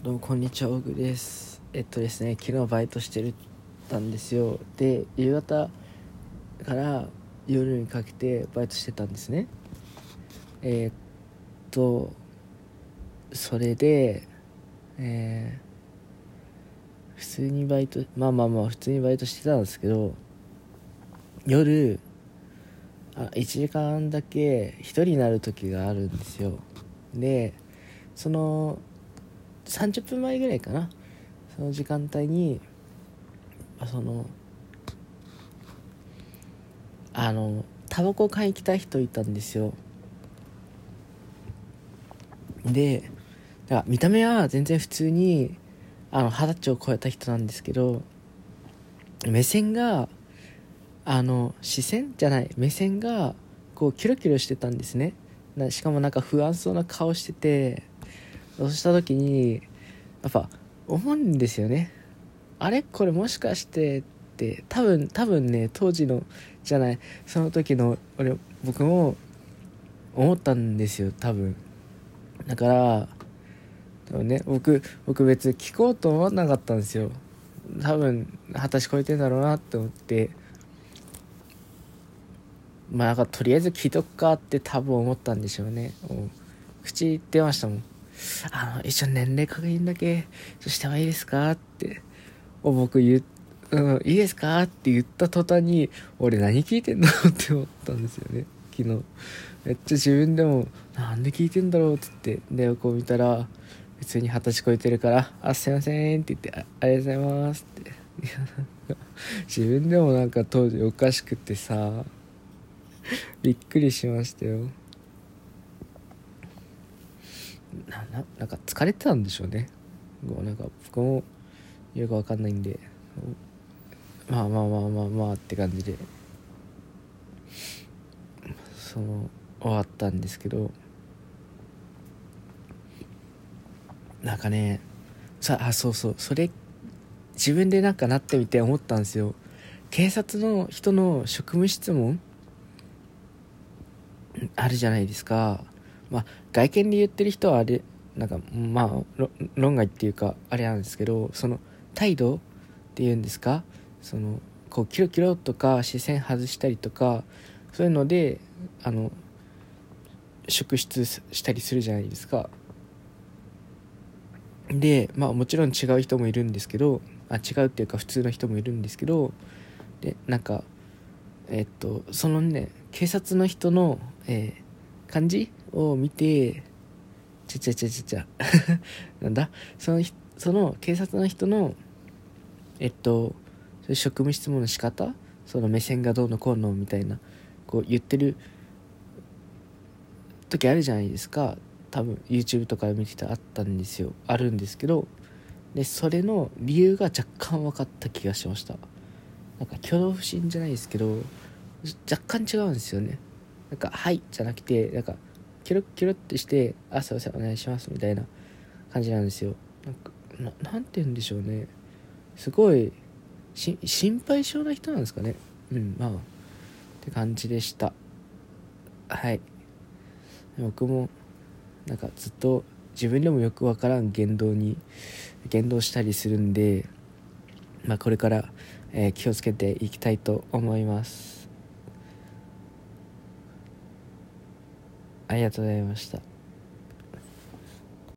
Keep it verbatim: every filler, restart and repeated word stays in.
どうもこんにちは、オグです。えっとですね昨日バイトしてるたんですよ。で、夕方から夜にかけてバイトしてたんですね。えー、っとそれで、えー、普通にバイトまあまあまあ普通にバイトしてたんですけど、夜あいちじかんだけ一人になる時があるんですよ。で、そのさんじゅっぷんまえぐらいかな、その時間帯にそのあのタバコ買いに来た人いたんですよ。で、だから見た目は全然普通にあの二十歳を超えた人なんですけど、目線があの視線じゃない目線がこうキロキロしてたんですね。なしかもなんか不安そうな顔してて、そうした時にやっぱ思うんですよね。あれこれもしかしてって、多分多分ね当時のじゃないその時の俺僕も思ったんですよ、多分。だから多分ね、僕僕別に聞こうと思わなかったんですよ。多分二十歳超えてんだろうなって思って、まあなんかとりあえず聞いとくかって多分思ったんでしょうね。もう口言ってましたもん。あの一応年齢確認だけしてもいいですかって僕言う、うん、いいですかって言った途端に、俺何聞いてんだろうって思ったんですよね、昨日。めっちゃ自分でもなんで聞いてんだろうって言って、でこう見たら普通に二十歳超えてるから、あすいませんって言って、 あ, ありがとうございますって。いやなんか自分でもなんか当時おかしくてさ、びっくりしましたよ。な, な, なんか疲れてたんでしょうね。もうなんか僕もよくわかんないんで、まあまあまあまあまあって感じでその終わったんですけど、なんかねさあそうそうそれ自分でなんかなってみて思ったんですよ。警察の人の職務質問あるじゃないですか。まあ外見で言ってる人はあれなんかまあ論外っていうかあれなんですけど、その態度っていうんですか、そのこうキロキロとか視線外したりとか、そういうのであの職質したりするじゃないですか。でまあもちろん違う人もいるんですけど、あ違うっていうか普通の人もいるんですけど、でなんかえっとそのね警察の人の、えー、感じを見て、ちゃちゃちゃちゃちゃなんだそのその警察の人のえっとそういう職務質問の仕方、その目線がどうのこうのみたいなこう言ってる時あるじゃないですか。多分 YouTube とかで見ててあったんですよ、あるんですけど、でそれの理由が若干分かった気がしました。なんか挙動不審じゃないですけど若干違うんですよね。なんかはいじゃなくて、なんかキョロキョロってして、あすいませんお願いしますみたいな感じなんですよ。なんか な, なんて言うんでしょうね、すごいし心配性な人なんですかね。うんまあって感じでした。はい。僕もなんかずっと自分でもよくわからん言動に言動したりするんで、まあ、これから、えー、気をつけていきたいと思います。ありがとうございました。